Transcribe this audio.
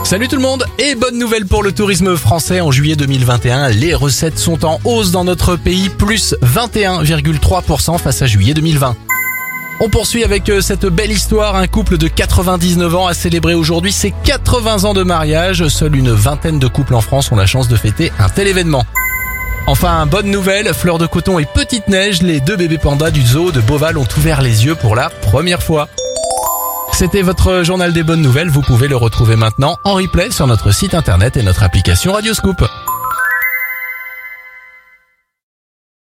Salut tout le monde et bonne nouvelle pour le tourisme français en juillet 2021. Les recettes sont en hausse dans notre pays, plus 21,3% face à juillet 2020. On poursuit avec cette belle histoire. Un couple de 99 ans a célébré aujourd'hui ses 80 ans de mariage. Seule une vingtaine de couples en France ont la chance de fêter un tel événement. Enfin, bonne nouvelle, Fleur de Coton et Petite Neige, les deux bébés pandas du zoo de Beauval ont ouvert les yeux pour la première fois. C'était votre journal des bonnes nouvelles, vous pouvez le retrouver maintenant en replay sur notre site internet et notre application Radioscoop.